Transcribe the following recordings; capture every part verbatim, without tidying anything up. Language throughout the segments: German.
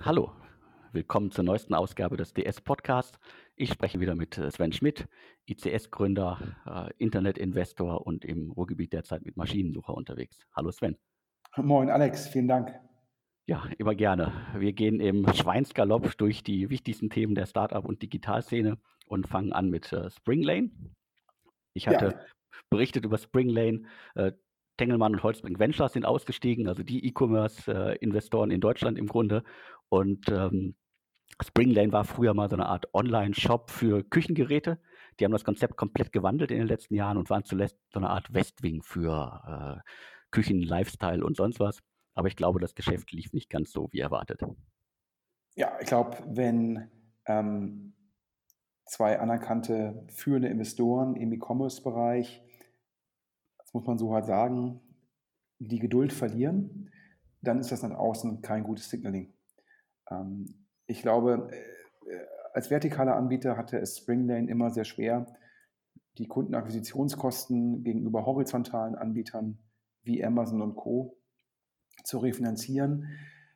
Hallo, willkommen zur neuesten Ausgabe des D S-Podcasts. Ich spreche wieder mit äh, Sven Schmidt, I C S-Gründer, äh, Internetinvestor und im Ruhrgebiet derzeit mit Maschinensucher unterwegs. Hallo Sven. Moin Alex, vielen Dank. Ja, immer gerne. Wir gehen im Schweinsgalopp durch die wichtigsten Themen der Startup- und Digitalszene und fangen an mit äh, Springlane. Ich Ja, hatte berichtet über Springlane. Äh, Tengelmann und Holzbrink Ventures sind ausgestiegen, also die E-Commerce-Investoren in Deutschland im Grunde. Und ähm, Springlane war früher mal so eine Art Online-Shop für Küchengeräte. Die haben das Konzept komplett gewandelt in den letzten Jahren und waren zuletzt so eine Art Westwing für äh, Küchen, Lifestyle und sonst was. Aber ich glaube, das Geschäft lief nicht ganz so wie erwartet. ja, ich glaube, wenn ähm, zwei anerkannte führende Investoren im E-Commerce-Bereich, das muss man so halt sagen, die Geduld verlieren, dann ist das nach außen kein gutes Signaling. Ähm, ich glaube, äh, äh, als vertikaler Anbieter hatte es Springlane immer sehr schwer, die Kundenakquisitionskosten gegenüber horizontalen Anbietern wie Amazon und Co. zu refinanzieren.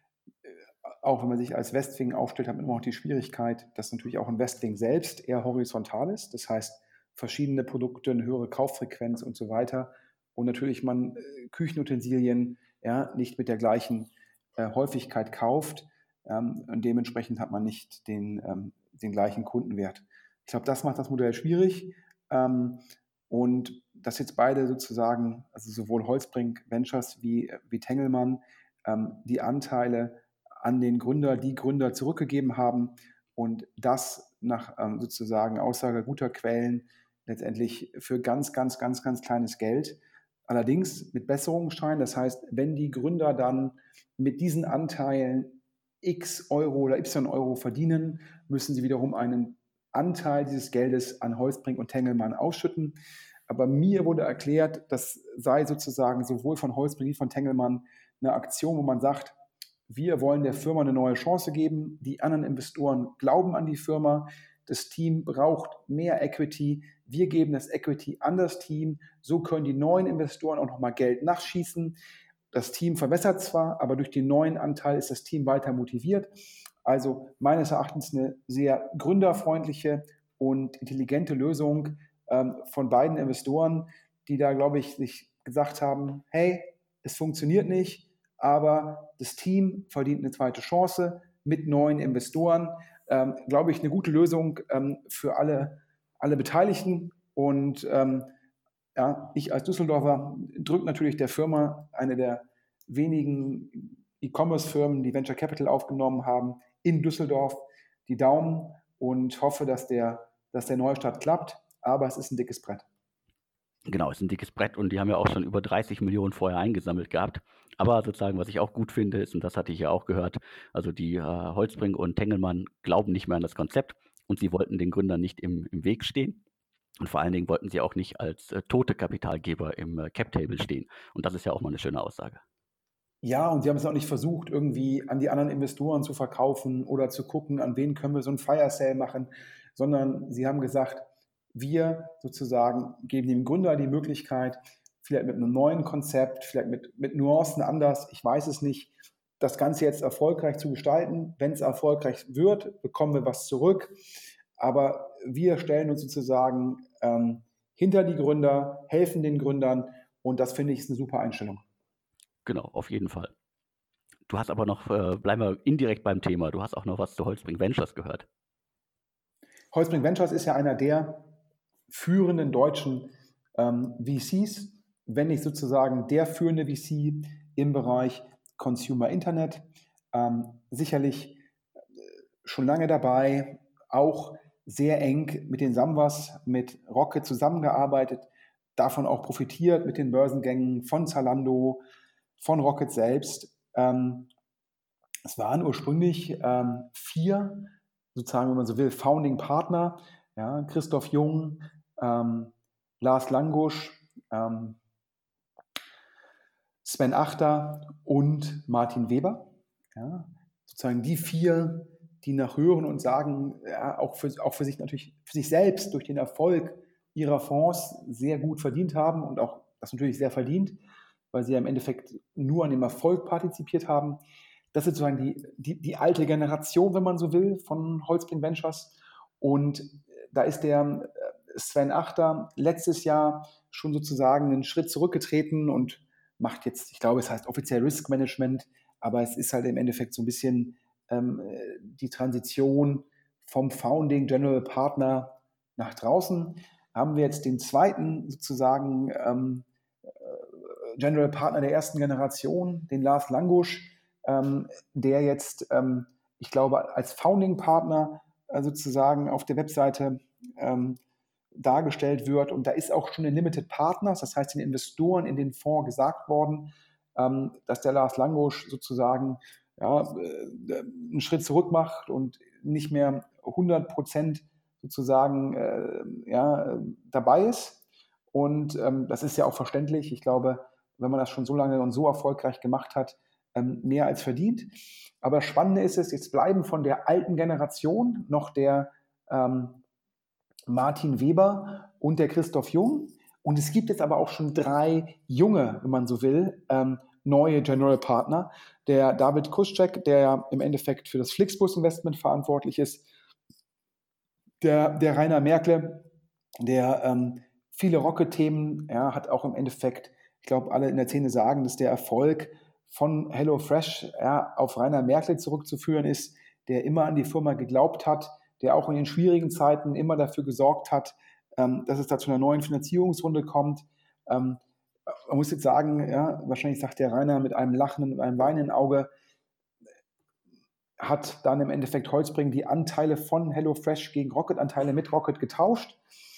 Auch wenn man sich als Westwing aufstellt, hat man immer noch die Schwierigkeit, dass natürlich auch ein Westwing selbst eher horizontal ist. Das heißt, verschiedene Produkte, eine höhere Kauffrequenz und so weiter. Und natürlich man äh, Küchenutensilien ja, nicht mit der gleichen äh, Häufigkeit kauft. Ähm, und dementsprechend hat man nicht den, ähm, den gleichen Kundenwert. Ich glaube, das macht das Modell schwierig. Ähm, und dass jetzt beide sozusagen, also sowohl Holzbrink Ventures wie, wie Tengelmann, ähm, die Anteile an den Gründer, die Gründer zurückgegeben haben und das nach ähm, sozusagen Aussage guter Quellen letztendlich für ganz, ganz, ganz, ganz kleines Geld. Allerdings mit Besserungsschein. Das heißt, wenn die Gründer dann mit diesen Anteilen X Euro oder Y Euro verdienen, müssen sie wiederum einen Anteil dieses Geldes an Holzbrink und Tengelmann ausschütten. Aber mir wurde erklärt, das sei sozusagen sowohl von Holzbrink wie von Tengelmann eine Aktion, wo man sagt, wir wollen der Firma eine neue Chance geben. Die anderen Investoren glauben an die Firma. Das Team braucht mehr Equity. Wir geben das Equity an das Team. So können die neuen Investoren auch nochmal Geld nachschießen. Das Team verwässert zwar, aber durch den neuen Anteil ist das Team weiter motiviert. Also meines Erachtens eine sehr gründerfreundliche und intelligente Lösung ähm, von beiden Investoren, die da, glaube ich, sich gesagt haben, hey, es funktioniert nicht, aber das Team verdient eine zweite Chance mit neuen Investoren. Ähm, glaube ich, eine gute Lösung ähm, für alle, alle Beteiligten. Und ähm, ja, ich als Düsseldorfer drücke natürlich der Firma, eine der wenigen E-Commerce-Firmen, die Venture Capital aufgenommen haben, in Düsseldorf die Daumen und hoffe, dass der, dass der Neustart klappt. Aber es ist ein dickes Brett. Genau, ist ein dickes Brett und die haben ja auch schon über dreißig Millionen vorher eingesammelt gehabt. Aber sozusagen, was ich auch gut finde, ist, und das hatte ich ja auch gehört, also die äh, Holzbrink und Tengelmann glauben nicht mehr an das Konzept und sie wollten den Gründern nicht im, im Weg stehen. Und vor allen Dingen wollten sie auch nicht als äh, tote Kapitalgeber im äh, Cap-Table stehen. Und das ist ja auch mal eine schöne Aussage. Ja, und sie haben es auch nicht versucht, irgendwie an die anderen Investoren zu verkaufen oder zu gucken, an wen können wir so ein Fire Sale machen, sondern sie haben gesagt, wir sozusagen geben dem Gründer die Möglichkeit, vielleicht mit einem neuen Konzept, vielleicht mit, mit Nuancen anders, ich weiß es nicht, das Ganze jetzt erfolgreich zu gestalten. Wenn es erfolgreich wird, bekommen wir was zurück. Aber wir stellen uns sozusagen ähm, hinter die Gründer, helfen den Gründern und das finde ich ist eine super Einstellung. Genau, auf jeden Fall. Du hast aber noch, äh, bleiben wir indirekt beim Thema, du hast auch noch was zu Holzbrink Ventures gehört. Holzbrink Ventures ist ja einer der führenden deutschen ähm, V Cs, wenn nicht sozusagen der führende V C im Bereich Consumer Internet. Ähm, sicherlich schon lange dabei, auch sehr eng mit den Samwas, mit Rocket zusammengearbeitet, davon auch profitiert mit den Börsengängen von Zalando, von Rocket selbst. Ähm, es waren ursprünglich ähm, vier, sozusagen, wenn man so will, Founding Partner, ja, Christoph Jung, ähm, Lars Langusch, ähm, Sven Achter und Martin Weber. Ja, sozusagen die vier, die nach hören und sagen, ja, auch, für, auch für sich natürlich, für sich selbst durch den Erfolg ihrer Fonds sehr gut verdient haben und auch das natürlich sehr verdient, weil sie ja im Endeffekt nur an dem Erfolg partizipiert haben. Das ist sozusagen die, die, die alte Generation, wenn man so will, von Holzbring Ventures. Und da ist der Sven Achter letztes Jahr schon sozusagen einen Schritt zurückgetreten und macht jetzt, ich glaube, es heißt offiziell Risk Management, aber es ist halt im Endeffekt so ein bisschen ähm, die Transition vom Founding General Partner nach draußen. Haben wir jetzt den zweiten sozusagen ähm, General Partner der ersten Generation, den Lars Langusch, ähm, der jetzt, ähm, ich glaube, als Founding Partner äh, sozusagen auf der Webseite ähm, dargestellt wird. Und da ist auch schon ein Limited Partners, das heißt den Investoren in den Fonds gesagt worden, ähm, dass der Lars Langusch sozusagen ja, äh, einen Schritt zurück macht und nicht mehr hundert Prozent sozusagen äh, ja, dabei ist. Und ähm, das ist ja auch verständlich. Ich glaube, wenn man das schon so lange und so erfolgreich gemacht hat, ähm, mehr als verdient. Aber das Spannende ist es, jetzt bleiben von der alten Generation noch der ähm, Martin Weber und der Christoph Jung. Und es gibt jetzt aber auch schon drei junge, wenn man so will, ähm, neue General Partner. Der David Kuschek, der ja im Endeffekt für das Flixbus-Investment verantwortlich ist. Der, der Rainer Merkle, der ähm, viele Rocket-Themen, ja, hat auch im Endeffekt, ich glaube, alle in der Szene sagen, dass der Erfolg von HelloFresh ja, auf Rainer Merkle zurückzuführen ist, der immer an die Firma geglaubt hat, der auch in den schwierigen Zeiten immer dafür gesorgt hat, ähm, dass es da zu einer neuen Finanzierungsrunde kommt. Ähm, man muss jetzt sagen, ja, wahrscheinlich sagt der Rainer mit einem lachenden, mit einem weinenden Auge, hat dann im Endeffekt Holzbring die Anteile von HelloFresh gegen Rocket-Anteile mit Rocket getauscht.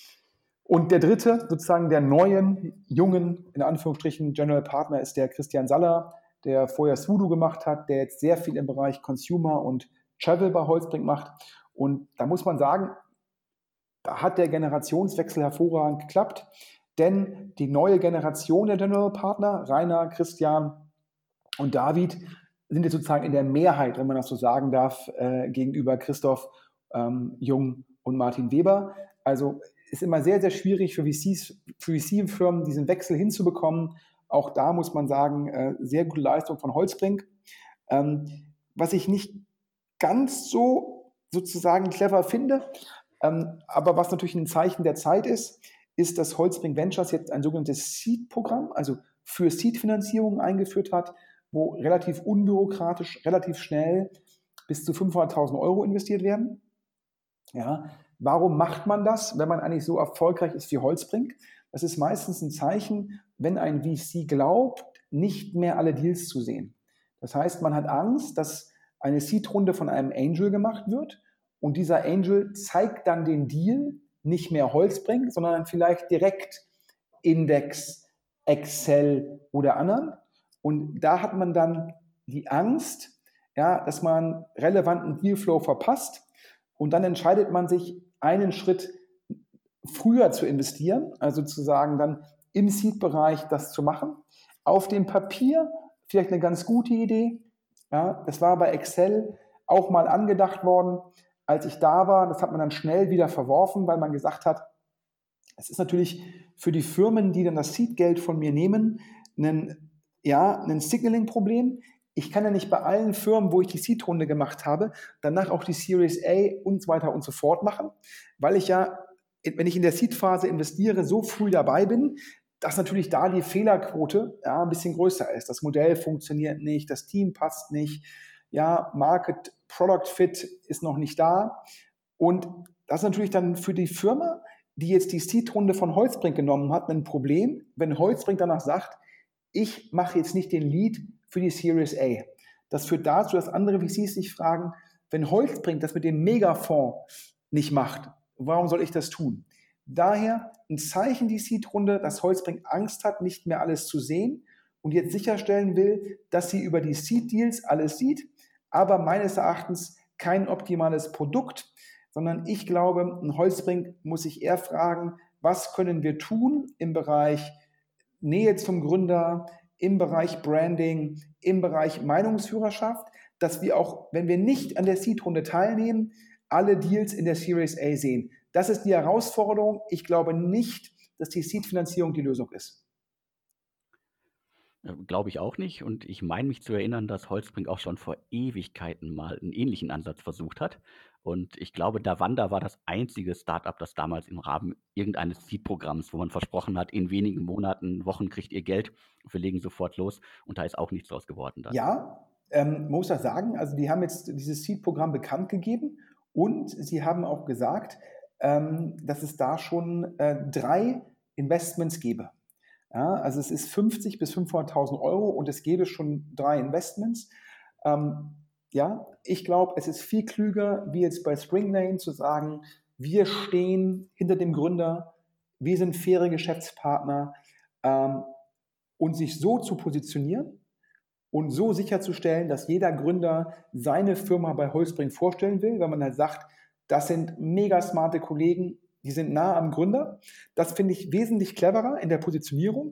Und der dritte, sozusagen der neuen, jungen, in Anführungsstrichen, General Partner ist der Christian Saller, der vorher Sudo gemacht hat, der jetzt sehr viel im Bereich Consumer und Travel bei Holzbring macht. Und da muss man sagen, da hat der Generationswechsel hervorragend geklappt, denn die neue Generation der General Partner, Rainer, Christian und David, sind jetzt sozusagen in der Mehrheit, wenn man das so sagen darf, äh, gegenüber Christoph ähm, Jung und Martin Weber. Also ist immer sehr, sehr schwierig für V Cs, für V C-Firmen diesen Wechsel hinzubekommen. Auch da muss man sagen, äh, sehr gute Leistung von Holzbring. Ähm, was ich nicht ganz so sozusagen clever finde, ähm, aber was natürlich ein Zeichen der Zeit ist, ist, dass Holzbring Ventures jetzt ein sogenanntes Seed-Programm, also für Seed-Finanzierung eingeführt hat, wo relativ unbürokratisch, relativ schnell bis zu fünfhunderttausend Euro investiert werden. Ja, warum macht man das, wenn man eigentlich so erfolgreich ist wie Holzbring? Das ist meistens ein Zeichen, wenn ein V C glaubt, nicht mehr alle Deals zu sehen. Das heißt, man hat Angst, dass eine Seed-Runde von einem Angel gemacht wird und dieser Angel zeigt dann den Deal nicht mehr Holzbring, sondern vielleicht direkt Index, Excel oder anderen. Und da hat man dann die Angst, ja, dass man relevanten Dealflow verpasst und dann entscheidet man sich, einen Schritt früher zu investieren, also zu sagen, dann im Seed-Bereich das zu machen. Auf dem Papier vielleicht eine ganz gute Idee. Ja, das war bei Excel auch mal angedacht worden, als ich da war. Das hat man dann schnell wieder verworfen, weil man gesagt hat, es ist natürlich für die Firmen, die dann das Seed-Geld von mir nehmen, ein, ja, ein Signaling-Problem. Ich kann ja nicht bei allen Firmen, wo ich die Seed-Runde gemacht habe, danach auch die Series A und so weiter und so fort machen, weil ich ja, wenn ich in der Seed-Phase investiere, so früh dabei bin, dass natürlich da die Fehlerquote ja, ein bisschen größer ist. Das Modell funktioniert nicht, das Team passt nicht, ja, Market, Product Fit ist noch nicht da. Und das ist natürlich dann für die Firma, die jetzt die Seed-Runde von Holzbring genommen hat, ein Problem, wenn Holzbring danach sagt, ich mache jetzt nicht den Lead für die Series A. Das führt dazu, dass andere V Cs sich fragen, wenn Holzbring das mit dem Megafonds nicht macht, warum soll ich das tun? Daher ein Zeichen die Seed-Runde, dass Holzbring Angst hat, nicht mehr alles zu sehen und jetzt sicherstellen will, dass sie über die Seed-Deals alles sieht, aber meines Erachtens kein optimales Produkt, sondern ich glaube, ein Holzbring muss sich eher fragen, was können wir tun im Bereich Nähe zum Gründer, im Bereich Branding, im Bereich Meinungsführerschaft, dass wir auch, wenn wir nicht an der Seed-Runde teilnehmen, alle Deals in der Series A sehen. Das ist die Herausforderung. Ich glaube nicht, dass die Seed-Finanzierung die Lösung ist. Äh, glaube ich auch nicht und ich meine mich zu erinnern, dass Holzbrink auch schon vor Ewigkeiten mal 'n ähnlichen Ansatz versucht hat. Und ich glaube, Davanda war das einzige Start-up, das damals im Rahmen irgendeines Seed-Programms, wo man versprochen hat: „In wenigen Monaten, Wochen kriegt ihr Geld. Wir legen sofort los.“ Und da ist auch nichts draus geworden dann. Ja, ähm, man muss das sagen, also die haben jetzt dieses Seed-Programm bekannt gegeben und sie haben auch gesagt, ähm, dass es da schon, äh, drei Investments gäbe. Ja, also es ist fünfzig bis fünfhunderttausend Euro und es gäbe schon drei Investments. Ähm, ja, ich glaube, es ist viel klüger, wie jetzt bei Springlane zu sagen, wir stehen hinter dem Gründer, wir sind faire Geschäftspartner, ähm, und sich so zu positionieren und so sicherzustellen, dass jeder Gründer seine Firma bei Holzbrink vorstellen will, wenn man halt sagt, das sind mega smarte Kollegen, die sind nah am Gründer. Das finde ich wesentlich cleverer in der Positionierung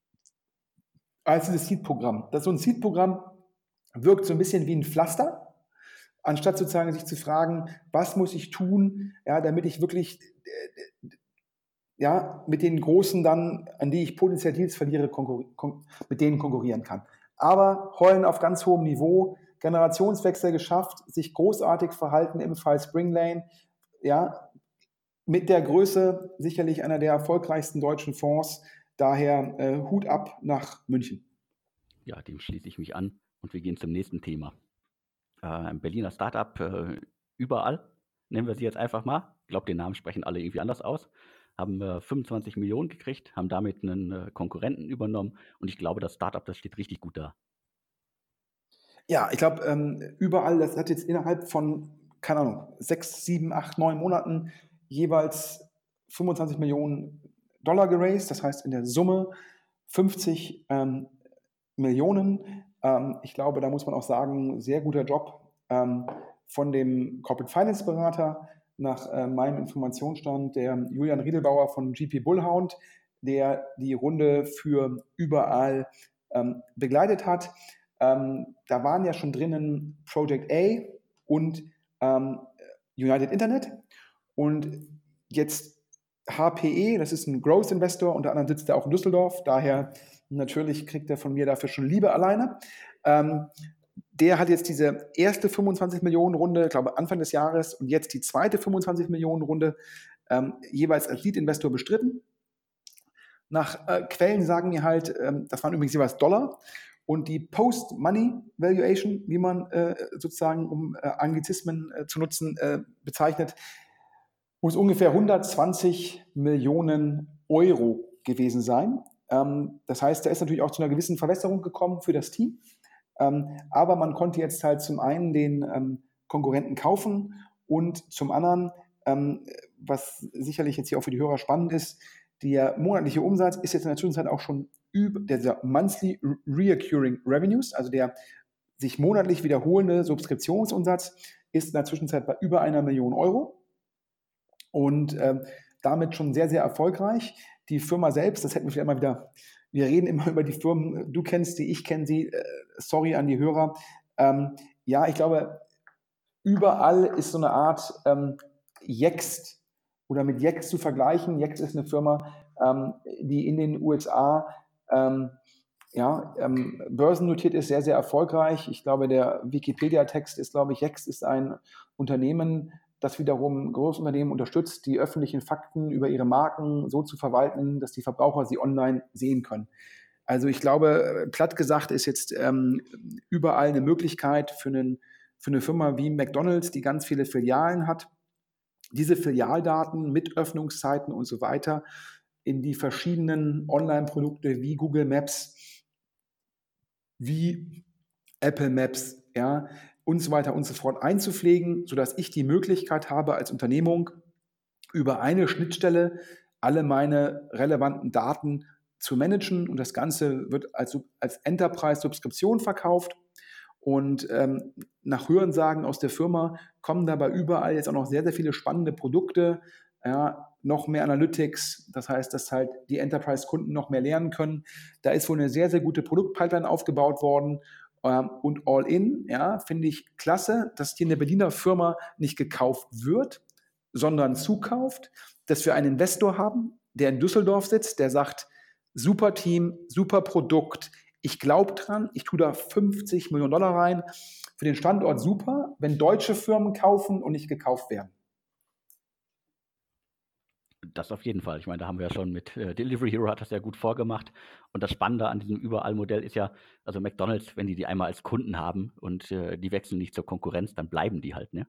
als dieses Seed-Programm. Das so ein Seed-Programm wirkt so ein bisschen wie ein Pflaster, anstatt sozusagen sich zu fragen, was muss ich tun, ja, damit ich wirklich äh, ja, mit den Großen dann, an die ich potenziell Deals verliere, konkurri- kon mit denen konkurrieren kann. Aber Heulen auf ganz hohem Niveau, Generationswechsel geschafft, sich großartig verhalten im Fall Springlane, ja, mit der Größe sicherlich einer der erfolgreichsten deutschen Fonds. Daher äh, Hut ab nach München. Ja, dem schließe ich mich an und wir gehen zum nächsten Thema. Äh, ein Berliner Start-up, äh, überall, nennen wir sie jetzt einfach mal. Ich glaube, den Namen sprechen alle irgendwie anders aus. Haben äh, fünfundzwanzig Millionen gekriegt, haben damit einen äh, Konkurrenten übernommen und ich glaube, das Start-up, das steht richtig gut da. Ja, ich glaube, ähm, überall, das hat jetzt innerhalb von, keine Ahnung, sechs, sieben, acht, neun Monaten jeweils fünfundzwanzig Millionen Dollar geraced, das heißt in der Summe fünfzig ähm, Millionen. Ähm, ich glaube, da muss man auch sagen, sehr guter Job ähm, von dem Corporate Finance Berater nach äh, meinem Informationsstand, der Julian Riedelbauer von G P Bullhound, der die Runde für überall ähm, begleitet hat. Ähm, da waren ja schon drinnen Project A und ähm, United Internet und jetzt H P E, das ist ein Growth Investor, unter anderem sitzt er auch in Düsseldorf, daher natürlich kriegt er von mir dafür schon Liebe alleine. Ähm, der hat jetzt diese erste fünfundzwanzig Millionen Runde, ich glaube Anfang des Jahres und jetzt die zweite fünfundzwanzig Millionen Runde ähm, jeweils als Lead Investor bestritten. Nach äh, Quellen sagen mir halt, ähm, das waren übrigens jeweils Dollar. Und die Post-Money-Valuation, wie man äh, sozusagen, um äh, Anglizismen äh, zu nutzen, äh, bezeichnet, muss ungefähr hundertzwanzig Millionen Euro gewesen sein. Ähm, das heißt, da ist natürlich auch zu einer gewissen Verwässerung gekommen für das Team. Ähm, aber man konnte jetzt halt zum einen den ähm, Konkurrenten kaufen und zum anderen, ähm, was sicherlich jetzt hier auch für die Hörer spannend ist, der monatliche Umsatz ist jetzt in der Zwischenzeit auch schon über der Monthly Reoccurring Revenues, also der sich monatlich wiederholende Subskriptionsumsatz, ist in der Zwischenzeit bei über einer Million Euro und ähm, damit schon sehr, sehr erfolgreich. Die Firma selbst, das hätten wir vielleicht mal wieder, wir reden immer über die Firmen, du kennst sie, ich kenne sie, äh, sorry an die Hörer. Ähm, ja, ich glaube, überall ist so eine Art ähm, Yext oder mit Yext zu vergleichen. Yext ist eine Firma, ähm, die in den U S A ähm, ja, ähm, börsennotiert ist, sehr, sehr erfolgreich. Ich glaube, der Wikipedia-Text ist, glaube ich, Yext ist ein Unternehmen, das wiederum Großunternehmen unterstützt, die öffentlichen Fakten über ihre Marken so zu verwalten, dass die Verbraucher sie online sehen können. Also ich glaube, platt gesagt ist jetzt ähm, überall eine Möglichkeit für, einen, für eine Firma wie McDonald's, die ganz viele Filialen hat, diese Filialdaten mit Öffnungszeiten und so weiter in die verschiedenen Online-Produkte wie Google Maps, wie Apple Maps, ja, und so weiter und so fort einzupflegen, sodass ich die Möglichkeit habe, als Unternehmung über eine Schnittstelle alle meine relevanten Daten zu managen und das Ganze wird als, als Enterprise-Subskription verkauft. Und ähm, nach Hörensagen aus der Firma kommen dabei überall jetzt auch noch sehr, sehr viele spannende Produkte, ja, noch mehr Analytics, das heißt, dass halt die Enterprise-Kunden noch mehr lernen können. Da ist wohl eine sehr, sehr gute Produktpipeline aufgebaut worden. Ähm, und All-In, ja, finde ich klasse, dass hier eine Berliner Firma nicht gekauft wird, sondern zukauft, dass wir einen Investor haben, der in Düsseldorf sitzt, der sagt, super Team, super Produkt, ich glaube dran, ich tue da fünfzig Millionen Dollar rein. Für den Standort super, wenn deutsche Firmen kaufen und nicht gekauft werden. Das auf jeden Fall. Ich meine, da haben wir ja schon mit äh, Delivery Hero hat das ja gut vorgemacht. Und das Spannende an diesem Überall-Modell ist ja, also McDonald's, wenn die die einmal als Kunden haben und äh, die wechseln nicht zur Konkurrenz, dann bleiben die halt, ne?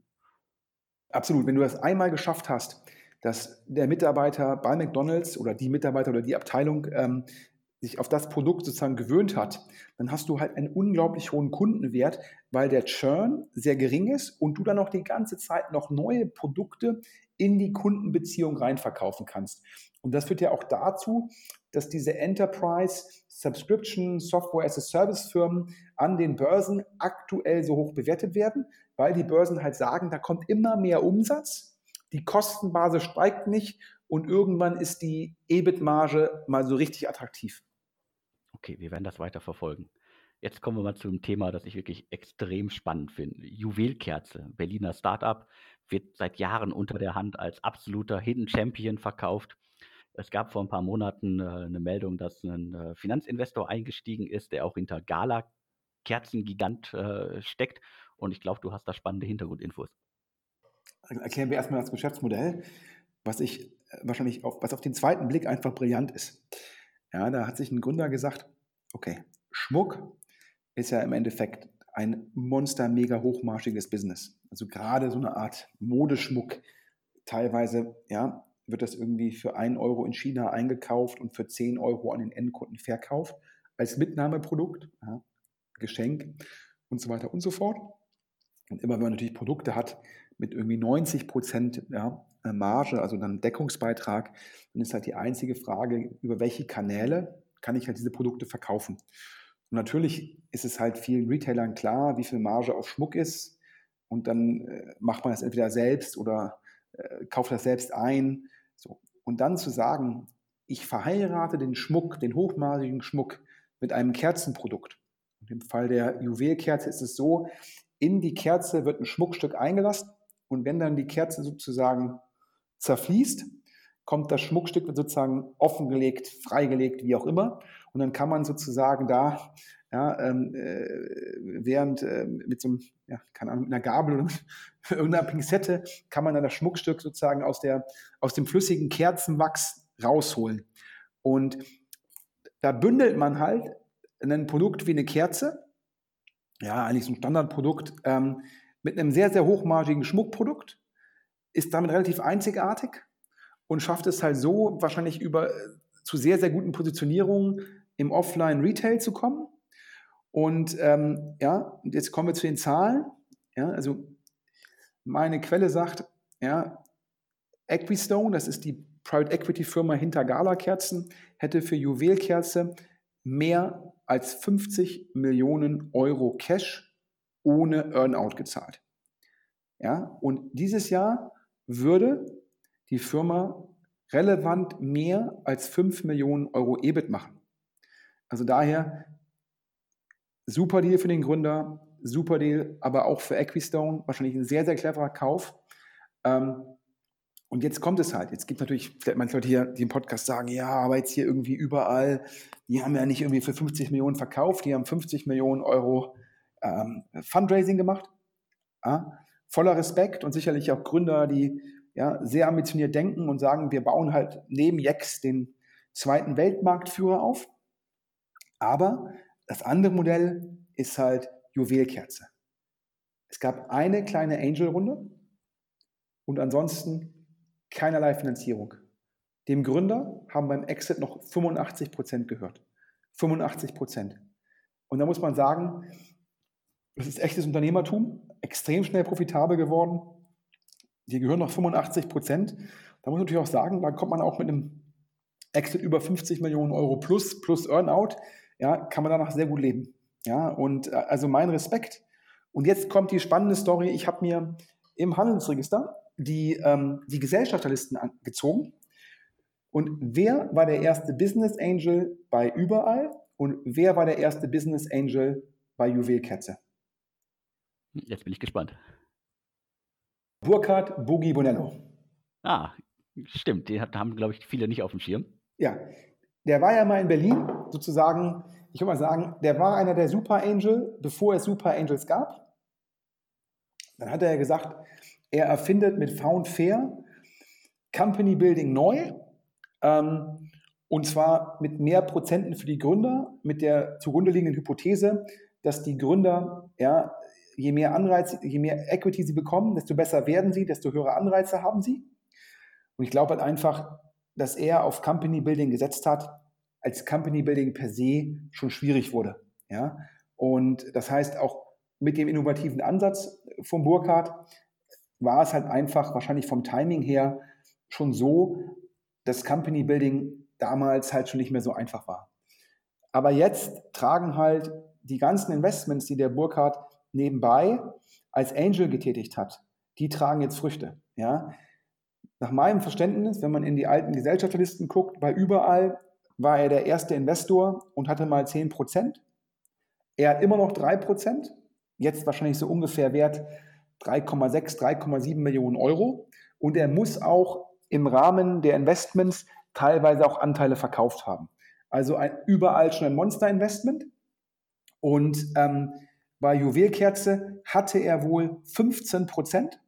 Absolut. Wenn du das einmal geschafft hast, dass der Mitarbeiter bei McDonald's oder die Mitarbeiter oder die Abteilung ähm, sich auf das Produkt sozusagen gewöhnt hat, dann hast du halt einen unglaublich hohen Kundenwert, weil der Churn sehr gering ist und du dann noch die ganze Zeit noch neue Produkte in die Kundenbeziehung reinverkaufen kannst. Und das führt ja auch dazu, dass diese Enterprise Subscription Software as a Service Firmen an den Börsen aktuell so hoch bewertet werden, weil die Börsen halt sagen, da kommt immer mehr Umsatz, die Kostenbasis steigt nicht und irgendwann ist die E B I T-Marge mal so richtig attraktiv. Okay, wir werden das weiter verfolgen. Jetzt kommen wir mal zu einem Thema, das ich wirklich extrem spannend finde. Juwelkerze, Berliner Startup, wird seit Jahren unter der Hand als absoluter Hidden Champion verkauft. Es gab vor ein paar Monaten äh, eine Meldung, dass ein äh, Finanzinvestor eingestiegen ist, der auch hinter Gala Kerzengigant äh, steckt. Und ich glaube, du hast da spannende Hintergrundinfos. Erklären wir erstmal das Geschäftsmodell, was ich äh, wahrscheinlich auf, was auf den zweiten Blick einfach brillant ist. Ja, da hat sich ein Gründer gesagt, okay, Schmuck ist ja im Endeffekt ein monster, mega hochmarschiges Business. Also gerade so eine Art Modeschmuck, teilweise, ja, wird das irgendwie für einen Euro in China eingekauft und für zehn Euro an den Endkunden verkauft, als Mitnahmeprodukt, ja, Geschenk und so weiter und so fort. Und immer wenn man natürlich Produkte hat mit irgendwie neunzig Prozent ja, Marge, also dann Deckungsbeitrag, dann ist halt die einzige Frage, über welche Kanäle kann ich halt diese Produkte verkaufen. Und natürlich ist es halt vielen Retailern klar, wie viel Marge auf Schmuck ist. Und dann äh, macht man das entweder selbst oder äh, kauft das selbst ein. So. Und dann zu sagen, ich verheirate den Schmuck, den hochmargigen Schmuck mit einem Kerzenprodukt. Und im Fall der Juwelkerze ist es so, in die Kerze wird ein Schmuckstück eingelassen und wenn dann die Kerze sozusagen zerfließt, kommt das Schmuckstück wird sozusagen offengelegt, freigelegt, wie auch immer. Und dann kann man sozusagen da, ja, ähm, äh, während äh, mit so einem, ja, keine Ahnung, mit einer Gabel oder mit irgendeiner Pinzette, kann man dann das Schmuckstück sozusagen aus, der, aus dem flüssigen Kerzenwachs rausholen. Und da bündelt man halt ein Produkt wie eine Kerze, ja, eigentlich so ein Standardprodukt, ähm, mit einem sehr, sehr hochmargigen Schmuckprodukt, ist damit relativ einzigartig und schafft es halt so, wahrscheinlich über zu sehr, sehr guten Positionierungen im Offline-Retail zu kommen. Und ähm, ja, und jetzt kommen wir zu den Zahlen. Ja, also meine Quelle sagt, ja, Equistone, das ist die Private Equity Firma hinter Gala-Kerzen, hätte für Juwelkerze mehr als fünfzig Millionen Euro Cash ohne Earnout gezahlt. Ja, und dieses Jahr würde die Firma relevant mehr als fünf Millionen Euro E B I T machen. Also daher super Deal für den Gründer, super Deal, aber auch für Equistone, wahrscheinlich ein sehr, sehr cleverer Kauf. Ähm, und jetzt kommt es halt. Jetzt gibt es natürlich vielleicht manche Leute hier, die im Podcast sagen, ja, aber jetzt hier irgendwie überall, die haben ja nicht irgendwie für fünfzig Millionen verkauft, die haben fünfzig Millionen Euro ähm, Fundraising gemacht. Ja, voller Respekt und sicherlich auch Gründer, die ja, sehr ambitioniert denken und sagen, wir bauen halt neben Jex den zweiten Weltmarktführer auf. Aber das andere Modell ist halt Juwelkerze. Es gab eine kleine Angel-Runde und ansonsten keinerlei Finanzierung. Dem Gründer haben beim Exit noch fünfundachtzig Prozent gehört. fünfundachtzig Prozent. Und da muss man sagen, das ist echtes Unternehmertum, extrem schnell profitabel geworden. Die gehören noch fünfundachtzig Prozent. Da muss man natürlich auch sagen, da kommt man auch mit einem Exit über fünfzig Millionen Euro plus, plus Earnout, ja, kann man danach sehr gut leben. Ja, und also mein Respekt. Und jetzt kommt die spannende Story. Ich habe mir im Handelsregister die, ähm, die Gesellschafterlisten gezogen. Und wer war der erste Business Angel bei Überall und wer war der erste Business Angel bei Juwelkerze? Jetzt bin ich gespannt. Burkhard Boogie Bonello. Ah, stimmt. Den hat- haben, glaube ich, viele nicht auf dem Schirm. Ja, der war ja mal in Berlin sozusagen ich würde mal sagen, der war einer der Super Angel, bevor es Super Angels gab. Dann hat er gesagt, er erfindet mit Found Fair Company Building neu, ähm, und zwar mit mehr Prozenten für die Gründer, mit der zugrunde liegenden Hypothese, dass die Gründer, ja, je mehr Anreiz, je mehr Equity sie bekommen, desto besser werden sie, desto höhere Anreize haben sie. Und ich glaube halt einfach, dass er auf Company Building gesetzt hat, als Company Building per se schon schwierig wurde. Ja? Und das heißt, auch mit dem innovativen Ansatz von Burkhardt war es halt einfach wahrscheinlich vom Timing her schon so, dass Company Building damals halt schon nicht mehr so einfach war. Aber jetzt tragen halt die ganzen Investments, die der Burkhardt nebenbei als Angel getätigt hat, die tragen jetzt Früchte. Ja? Nach meinem Verständnis, wenn man in die alten Gesellschafterlisten guckt, bei Überall war er der erste Investor und hatte mal zehn Prozent. Er hat immer noch drei Prozent, jetzt wahrscheinlich so ungefähr wert drei Komma sechs, drei Komma sieben Millionen Euro. Und er muss auch im Rahmen der Investments teilweise auch Anteile verkauft haben. Also ein, überall schon ein Monster-Investment. Und ähm, bei Juwelkerze hatte er wohl fünfzehn Prozent.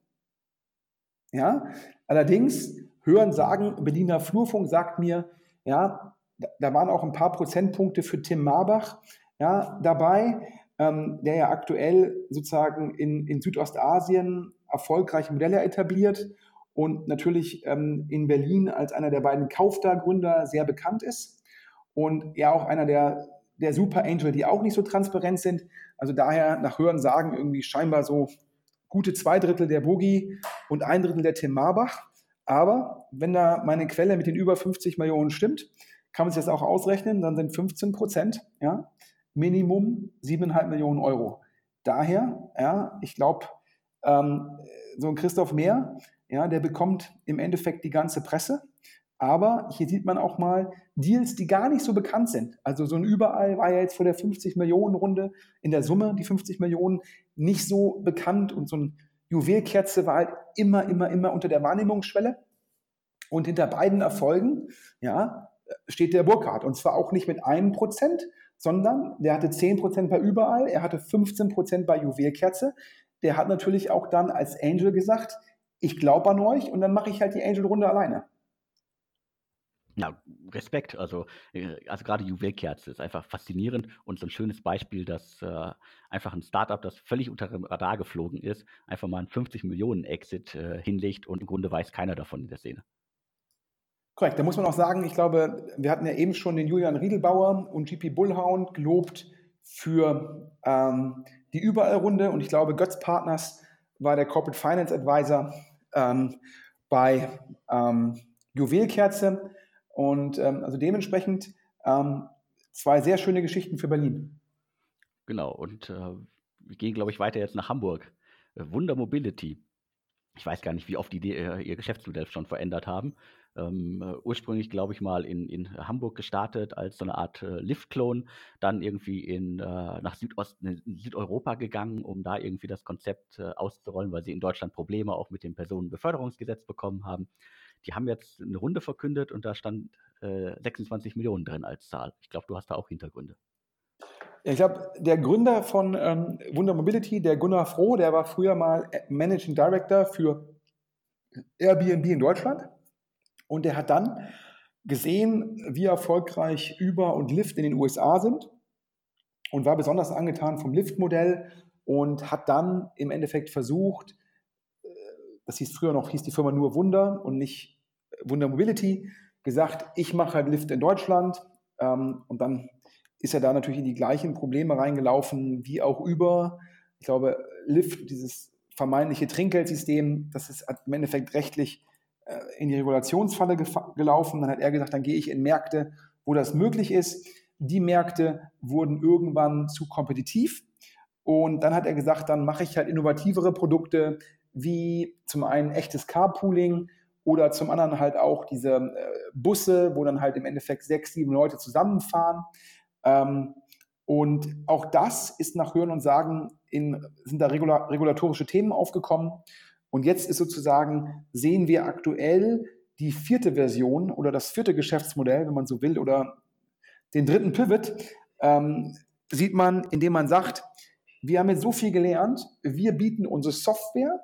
Ja, allerdings hören sagen, Berliner Flurfunk sagt mir, ja, da waren auch ein paar Prozentpunkte für Tim Marbach, ja, dabei, ähm, der ja aktuell sozusagen in, in Südostasien erfolgreiche Modelle etabliert und natürlich ähm, in Berlin als einer der beiden Kaufda-Gründer sehr bekannt ist und ja auch einer der, der Super Angel, die auch nicht so transparent sind. Also daher nach Hören sagen irgendwie scheinbar so gute zwei Drittel der Bogi und ein Drittel der Tim Marbach. Aber wenn da meine Quelle mit den über fünfzig Millionen stimmt, kann man sich das auch ausrechnen, dann sind fünfzehn Prozent, ja, Minimum sieben Komma fünf Millionen Euro. Daher, ja, ich glaube, ähm, so ein Christoph Mehr, ja, der bekommt im Endeffekt die ganze Presse. Aber hier sieht man auch mal Deals, die gar nicht so bekannt sind. Also so ein Überall war ja jetzt vor der fünfzig Millionen Runde in der Summe, die fünfzig Millionen, nicht so bekannt. Und so ein Juwelkerze war halt immer, immer, immer unter der Wahrnehmungsschwelle. Und hinter beiden Erfolgen, ja, steht der Burkhardt. Und zwar auch nicht mit einem Prozent, sondern der hatte zehn Prozent bei Überall, er hatte fünfzehn Prozent bei Juwelkerze. Der hat natürlich auch dann als Angel gesagt, ich glaube an euch und dann mache ich halt die Angel-Runde alleine. Ja, Respekt. Also, äh, also gerade Juwelkerze ist einfach faszinierend und so ein schönes Beispiel, dass äh, einfach ein Startup, das völlig unter dem Radar geflogen ist, einfach mal einen fünfzig Millionen Exit äh, hinlegt und im Grunde weiß keiner davon in der Szene. Korrekt, da muss man auch sagen, ich glaube, wir hatten ja eben schon den Julian Riedelbauer und G P Bullhound gelobt für ähm, die Überall-Runde und ich glaube, Götz Partners war der Corporate Finance Advisor ähm, bei ähm, Juwelkerze. Und ähm, also dementsprechend ähm, zwei sehr schöne Geschichten für Berlin. Genau, und äh, wir gehen, glaube ich, weiter jetzt nach Hamburg. Äh, Wunder Mobility. Ich weiß gar nicht, wie oft die äh, ihr Geschäftsmodell schon verändert haben. Ähm, äh, ursprünglich, glaube ich, mal in, in Hamburg gestartet als so eine Art äh, Lift-Klon, dann irgendwie in, äh, nach Südost, in Südeuropa gegangen, um da irgendwie das Konzept äh, auszurollen, weil sie in Deutschland Probleme auch mit dem Personenbeförderungsgesetz bekommen haben. Die haben jetzt eine Runde verkündet und da stand äh, sechsundzwanzig Millionen drin als Zahl. Ich glaube, du hast da auch Hintergründe. Ich glaube, der Gründer von ähm, Wunder Mobility, der Gunnar Froh, der war früher mal Managing Director für Airbnb in Deutschland und der hat dann gesehen, wie erfolgreich Uber und Lyft in den U S A sind und war besonders angetan vom Lyft-Modell und hat dann im Endeffekt versucht, das hieß früher noch, hieß die Firma nur Wunder und nicht Wunder Mobility, gesagt, ich mache halt Lyft in Deutschland ähm, und dann ist er da natürlich in die gleichen Probleme reingelaufen wie auch Uber. Ich glaube, Lyft, dieses vermeintliche Trinkgeldsystem, das ist im Endeffekt rechtlich äh, in die Regulationsfalle gefa- gelaufen. Dann hat er gesagt, dann gehe ich in Märkte, wo das möglich ist. Die Märkte wurden irgendwann zu kompetitiv. Und dann hat er gesagt, dann mache ich halt innovativere Produkte, wie zum einen echtes Carpooling oder zum anderen halt auch diese äh, Busse, wo dann halt im Endeffekt sechs, sieben Leute zusammenfahren. Ähm, und auch das ist nach Hören und Sagen, in, sind da regula- regulatorische Themen aufgekommen. Und jetzt ist sozusagen, sehen wir aktuell die vierte Version oder das vierte Geschäftsmodell, wenn man so will, oder den dritten Pivot ähm, sieht man, indem man sagt, wir haben jetzt so viel gelernt, wir bieten unsere Software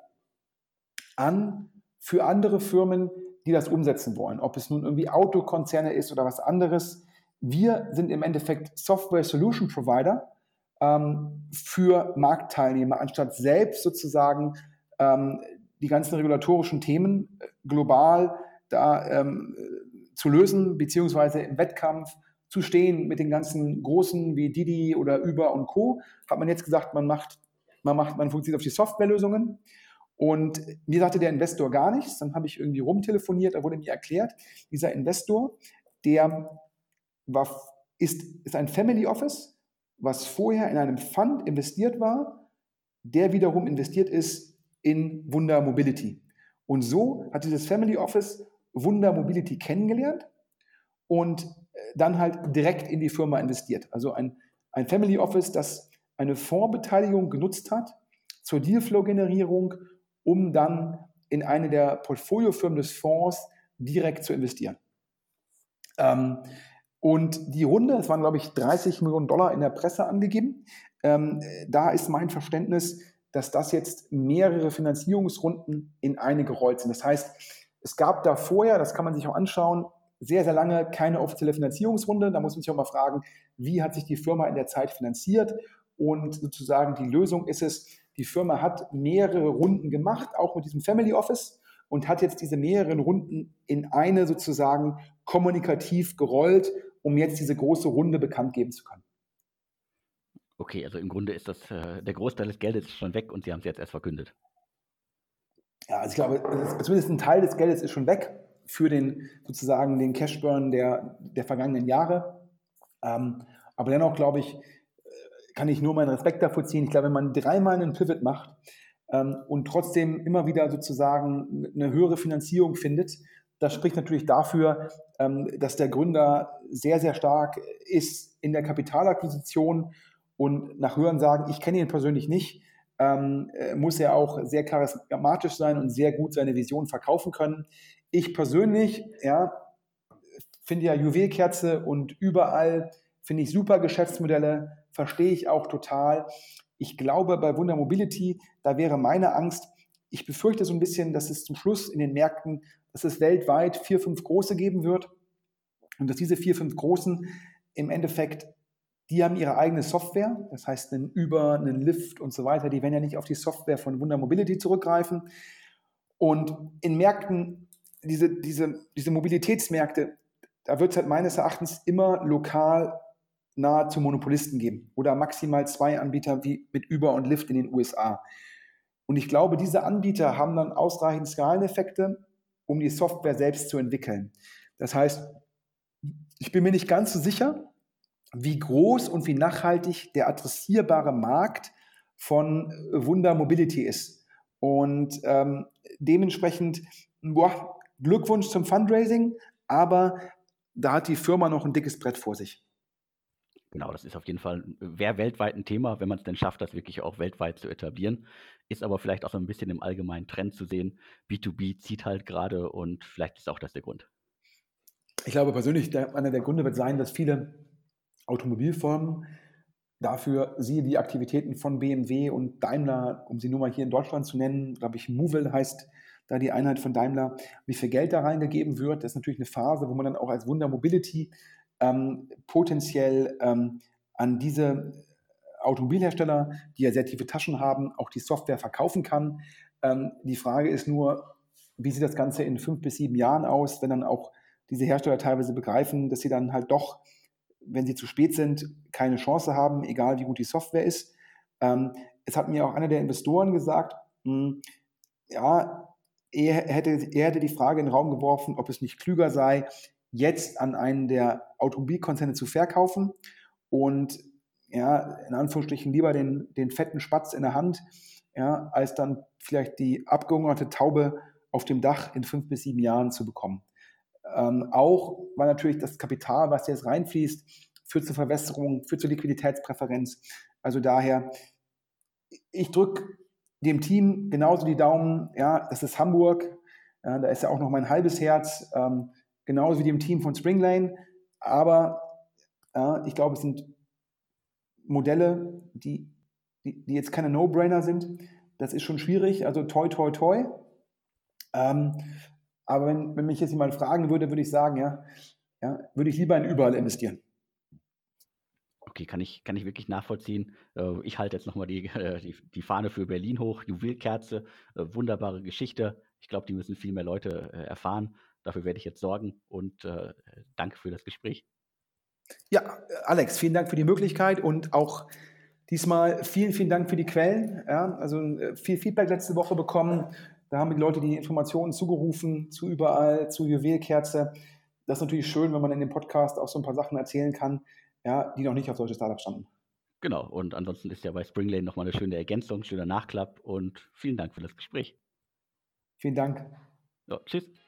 an für andere Firmen, die das umsetzen wollen. Ob es nun irgendwie Autokonzerne ist oder was anderes. Wir sind im Endeffekt Software Solution Provider ähm, für Marktteilnehmer, anstatt selbst sozusagen ähm, die ganzen regulatorischen Themen global da ähm, zu lösen, beziehungsweise im Wettkampf zu stehen mit den ganzen Großen wie Didi oder Uber und Co. Hat man jetzt gesagt, man macht, man macht, man fokussiert auf die Softwarelösungen. Und mir sagte der Investor gar nichts. Dann habe ich irgendwie rumtelefoniert, da wurde mir erklärt, dieser Investor, der war, ist, ist ein Family Office, was vorher in einem Fund investiert war, der wiederum investiert ist in Wunder Mobility. Und so hat dieses Family Office Wunder Mobility kennengelernt und dann halt direkt in die Firma investiert. Also ein, ein Family Office, das eine Fondsbeteiligung genutzt hat zur Dealflow-Generierung, um dann in eine der Portfoliofirmen des Fonds direkt zu investieren. Ähm, und die Runde, es waren, glaube ich, dreißig Millionen Dollar in der Presse angegeben. Ähm, da ist mein Verständnis, dass das jetzt mehrere Finanzierungsrunden in eine gerollt sind. Das heißt, es gab da vorher, das kann man sich auch anschauen, sehr, sehr lange keine offizielle Finanzierungsrunde. Da muss man sich auch mal fragen, wie hat sich die Firma in der Zeit finanziert? Und sozusagen die Lösung ist es, die Firma hat mehrere Runden gemacht, auch mit diesem Family Office, und hat jetzt diese mehreren Runden in eine sozusagen kommunikativ gerollt, um jetzt diese große Runde bekannt geben zu können. Okay, also im Grunde ist das, äh, der Großteil des Geldes ist schon weg und Sie haben es jetzt erst verkündet. Ja, also ich glaube, zumindest ein Teil des Geldes ist schon weg für den sozusagen den Cashburn der, der vergangenen Jahre. Ähm, aber dennoch, glaube ich, kann ich nur meinen Respekt davor ziehen. Ich glaube, wenn man dreimal einen Pivot macht ähm, und trotzdem immer wieder sozusagen eine höhere Finanzierung findet, das spricht natürlich dafür, ähm, dass der Gründer sehr, sehr stark ist in der Kapitalakquisition und nach Hörensagen, ich kenne ihn persönlich nicht, ähm, muss er auch sehr charismatisch sein und sehr gut seine Vision verkaufen können. Ich persönlich, ja, finde ja Juwelkerze und überall finde ich super Geschäftsmodelle, verstehe ich auch total. Ich glaube, bei Wunder Mobility, da wäre meine Angst, ich befürchte so ein bisschen, dass es zum Schluss in den Märkten, dass es weltweit vier, fünf große geben wird und dass diese vier, fünf großen im Endeffekt, die haben ihre eigene Software, das heißt einen Uber, einen Lyft und so weiter, die werden ja nicht auf die Software von Wunder Mobility zurückgreifen. Und in Märkten, diese, diese, diese Mobilitätsmärkte, da wird es halt meines Erachtens immer lokal nahezu Monopolisten geben oder maximal zwei Anbieter wie mit Uber und Lyft in den U S A. Und ich glaube, diese Anbieter haben dann ausreichend Skaleneffekte, um die Software selbst zu entwickeln. Das heißt, ich bin mir nicht ganz so sicher, wie groß und wie nachhaltig der adressierbare Markt von Wunder Mobility ist. Und ähm, dementsprechend, boah, Glückwunsch zum Fundraising, aber da hat die Firma noch ein dickes Brett vor sich. Genau, das ist auf jeden Fall, wäre weltweit ein Thema, wenn man es denn schafft, das wirklich auch weltweit zu etablieren. Ist aber vielleicht auch so ein bisschen im allgemeinen Trend zu sehen. B zwei B zieht halt gerade und vielleicht ist auch das der Grund. Ich glaube persönlich, der, einer der Gründe wird sein, dass viele Automobilfirmen dafür, siehe die Aktivitäten von B M W und Daimler, um sie nur mal hier in Deutschland zu nennen, glaube ich, Movil heißt da die Einheit von Daimler, wie viel Geld da reingegeben wird. Das ist natürlich eine Phase, wo man dann auch als Wunder Mobility ähm, potenziell ähm, an diese Automobilhersteller, die ja sehr tiefe Taschen haben, auch die Software verkaufen kann. Ähm, die Frage ist nur, wie sieht das Ganze in fünf bis sieben Jahren aus, wenn dann auch diese Hersteller teilweise begreifen, dass sie dann halt doch, wenn sie zu spät sind, keine Chance haben, egal wie gut die Software ist. Ähm, es hat mir auch einer der Investoren gesagt, mh, ja, er hätte, er hätte die Frage in den Raum geworfen, ob es nicht klüger sei, jetzt an einen der Automobilkonzerne zu verkaufen und ja, in Anführungsstrichen lieber den, den fetten Spatz in der Hand, ja, als dann vielleicht die abgehungerte Taube auf dem Dach in fünf bis sieben Jahren zu bekommen. Ähm, auch weil natürlich das Kapital, was jetzt reinfließt, führt zur Verwässerung, führt zur Liquiditätspräferenz. Also daher, ich drücke dem Team genauso die Daumen, ja, das ist Hamburg, ja, da ist ja auch noch mein halbes Herz, ähm, genauso wie dem Team von Springlane, aber ja, ich glaube, es sind Modelle, die, die, die jetzt keine No-Brainer sind. Das ist schon schwierig, also toi, toi, toi. Ähm, aber wenn, wenn mich jetzt jemand fragen würde, würde ich sagen, ja, ja, würde ich lieber in überall investieren. Okay, kann ich kann ich wirklich nachvollziehen. Äh, ich halte jetzt noch mal die äh, die die Fahne für Berlin hoch. Juwelkerze, äh, wunderbare Geschichte. Ich glaube, die müssen viel mehr Leute, äh, erfahren. Dafür werde ich jetzt sorgen und, äh, danke für das Gespräch. Ja, Alex, vielen Dank für die Möglichkeit und auch diesmal vielen, vielen Dank für die Quellen. Ja, also äh, viel Feedback letzte Woche bekommen. Da haben die Leute die Informationen zugerufen, zu überall, zu Juwelkerze. Das ist natürlich schön, wenn man in dem Podcast auch so ein paar Sachen erzählen kann, ja, die noch nicht auf solche Startups standen. Genau, und ansonsten ist ja bei Springlane noch mal 'ne schöne Ergänzung, schöner Nachklapp und vielen Dank für das Gespräch. Vielen Dank. Ja, tschüss.